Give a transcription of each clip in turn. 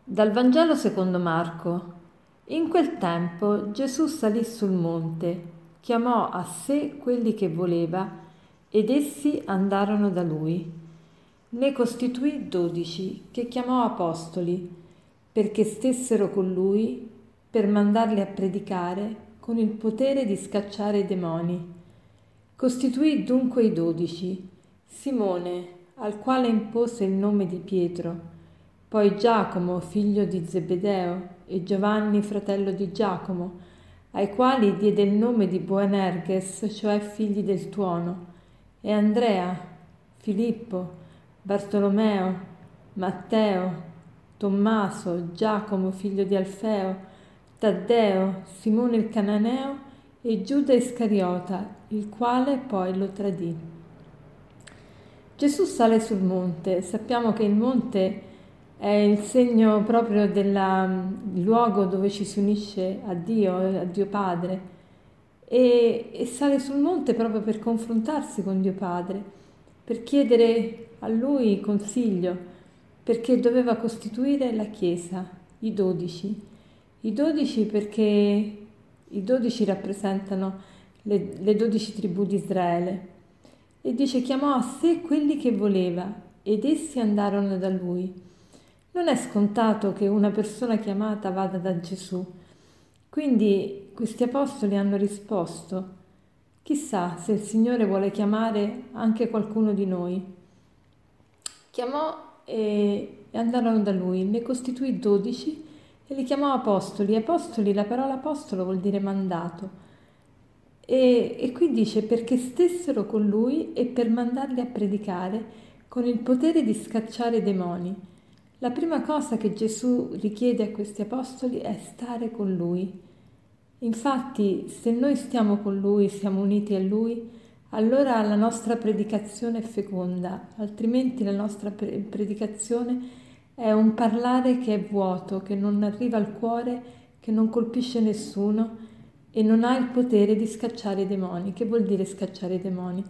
Dal Vangelo secondo Marco. In quel tempo Gesù salì sul monte, chiamò a sé quelli che voleva ed essi andarono da lui. Ne costituì 12 che chiamò apostoli perché stessero con lui per mandarli a predicare con il potere di scacciare i demoni. Costituì dunque i 12: Simone, al quale impose il nome di Pietro, poi Giacomo, figlio di Zebedeo, e Giovanni, fratello di Giacomo, ai quali diede il nome di Boanerges, cioè figli del tuono, e Andrea, Filippo, Bartolomeo, Matteo, Tommaso, Giacomo, figlio di Alfeo, Taddeo, Simone il Cananeo e Giuda Iscariota, il quale poi lo tradì. Gesù sale sul monte. Sappiamo che il monte è il segno proprio del luogo dove ci si unisce a Dio Padre, e sale sul monte proprio per confrontarsi con Dio Padre, per chiedere a Lui consiglio, perché doveva costituire la Chiesa, i 12. I 12 perché i 12 rappresentano le 12 tribù di Israele. E dice chiamò a sé quelli che voleva ed essi andarono da lui. Non è scontato che una persona chiamata vada da Gesù. Quindi questi apostoli hanno risposto: chissà se il Signore vuole chiamare anche qualcuno di noi. Chiamò e andarono da lui, ne costituì 12 e li chiamò apostoli. Apostoli, la parola apostolo vuol dire mandato. E qui dice perché stessero con lui e per mandarli a predicare con il potere di scacciare i demoni. La prima cosa che Gesù richiede a questi apostoli è stare con lui. Infatti, se noi stiamo con lui, siamo uniti a lui, allora la nostra predicazione è feconda, altrimenti la nostra predicazione è un parlare che è vuoto, che non arriva al cuore, che non colpisce nessuno e non ha il potere di scacciare i demoni. Che vuol dire scacciare i demoni?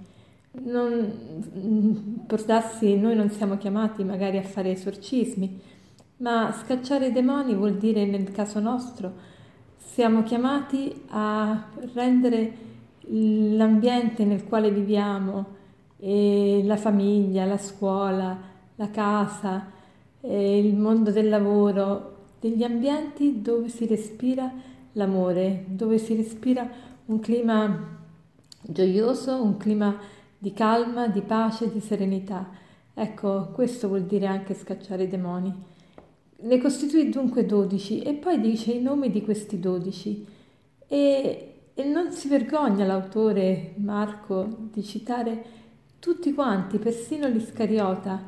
Per darsi, noi non siamo chiamati magari a fare esorcismi, ma scacciare i demoni vuol dire, nel caso nostro, siamo chiamati a rendere l'ambiente nel quale viviamo, la famiglia, la scuola, la casa, il mondo del lavoro, degli ambienti dove si respira l'amore, dove si respira un clima gioioso, un clima di calma, di pace, di serenità. Ecco, questo vuol dire anche scacciare i demoni. Ne costituì dunque 12 e poi dice i nomi di questi 12 e non si vergogna l'autore Marco di citare tutti quanti, persino l'Iscariota.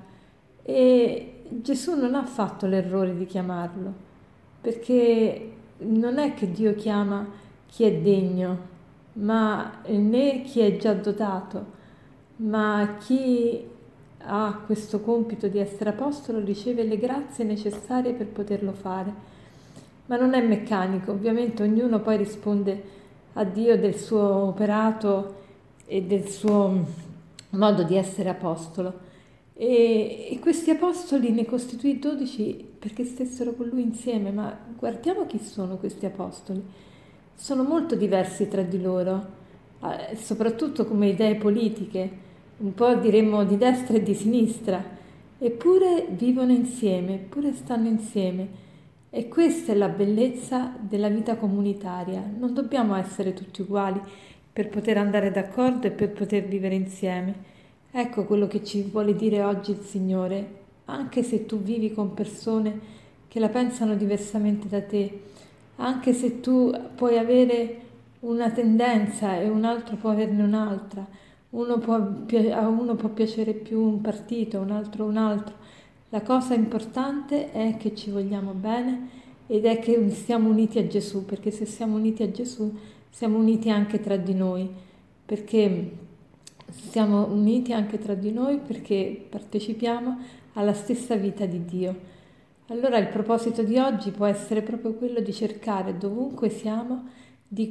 E Gesù non ha fatto l'errore di chiamarlo, perché non è che Dio chiama chi è degno, ma né chi è già dotato, ma chi ha questo compito di essere apostolo riceve le grazie necessarie per poterlo fare. Ma non è meccanico, ovviamente ognuno poi risponde a Dio del suo operato e del suo modo di essere apostolo. E questi apostoli ne costituì 12 perché stessero con lui insieme, ma guardiamo chi sono questi apostoli. Sono molto diversi tra di loro, soprattutto come idee politiche, un po' diremmo di destra e di sinistra, eppure vivono insieme, eppure stanno insieme. E questa è la bellezza della vita comunitaria. Non dobbiamo essere tutti uguali per poter andare d'accordo e per poter vivere insieme. Ecco quello che ci vuole dire oggi il Signore, anche se tu vivi con persone che la pensano diversamente da te, anche se tu puoi avere una tendenza e un altro può averne un'altra, a uno può piacere più un partito, un altro un altro. La cosa importante è che ci vogliamo bene ed è che siamo uniti a Gesù, perché se siamo uniti a Gesù siamo uniti anche tra di noi, perché siamo uniti anche tra di noi perché partecipiamo alla stessa vita di Dio. Allora il proposito di oggi può essere proprio quello di cercare dovunque siamo di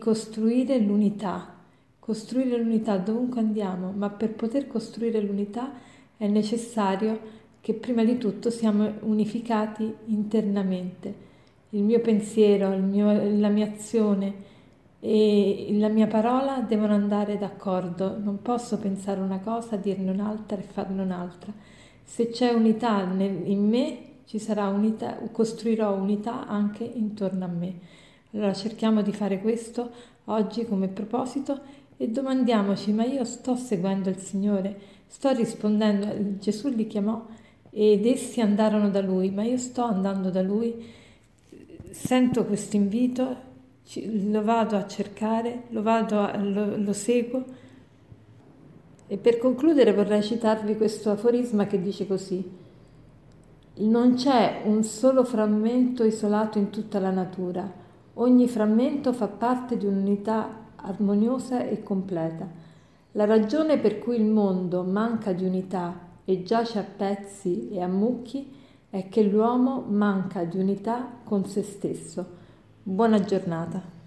costruire l'unità dovunque andiamo, ma per poter costruire l'unità è necessario che prima di tutto siamo unificati internamente. Il mio pensiero, la mia azione e la mia parola devono andare d'accordo. Non posso pensare una cosa, dirne un'altra e farne un'altra. Se c'è unità in me, ci sarà unità, costruirò unità anche intorno a me. Allora cerchiamo di fare questo oggi come proposito e domandiamoci: ma io sto seguendo il Signore? Sto rispondendo? Gesù li chiamò ed essi andarono da Lui, ma io sto andando da Lui? Sento questo invito, lo vado a cercare, lo seguo. E per concludere vorrei citarvi questo aforisma che dice così: non c'è un solo frammento isolato in tutta la natura, ogni frammento fa parte di un'unità armoniosa e completa. La ragione per cui il mondo manca di unità e giace a pezzi e a mucchi è che l'uomo manca di unità con se stesso. Buona giornata.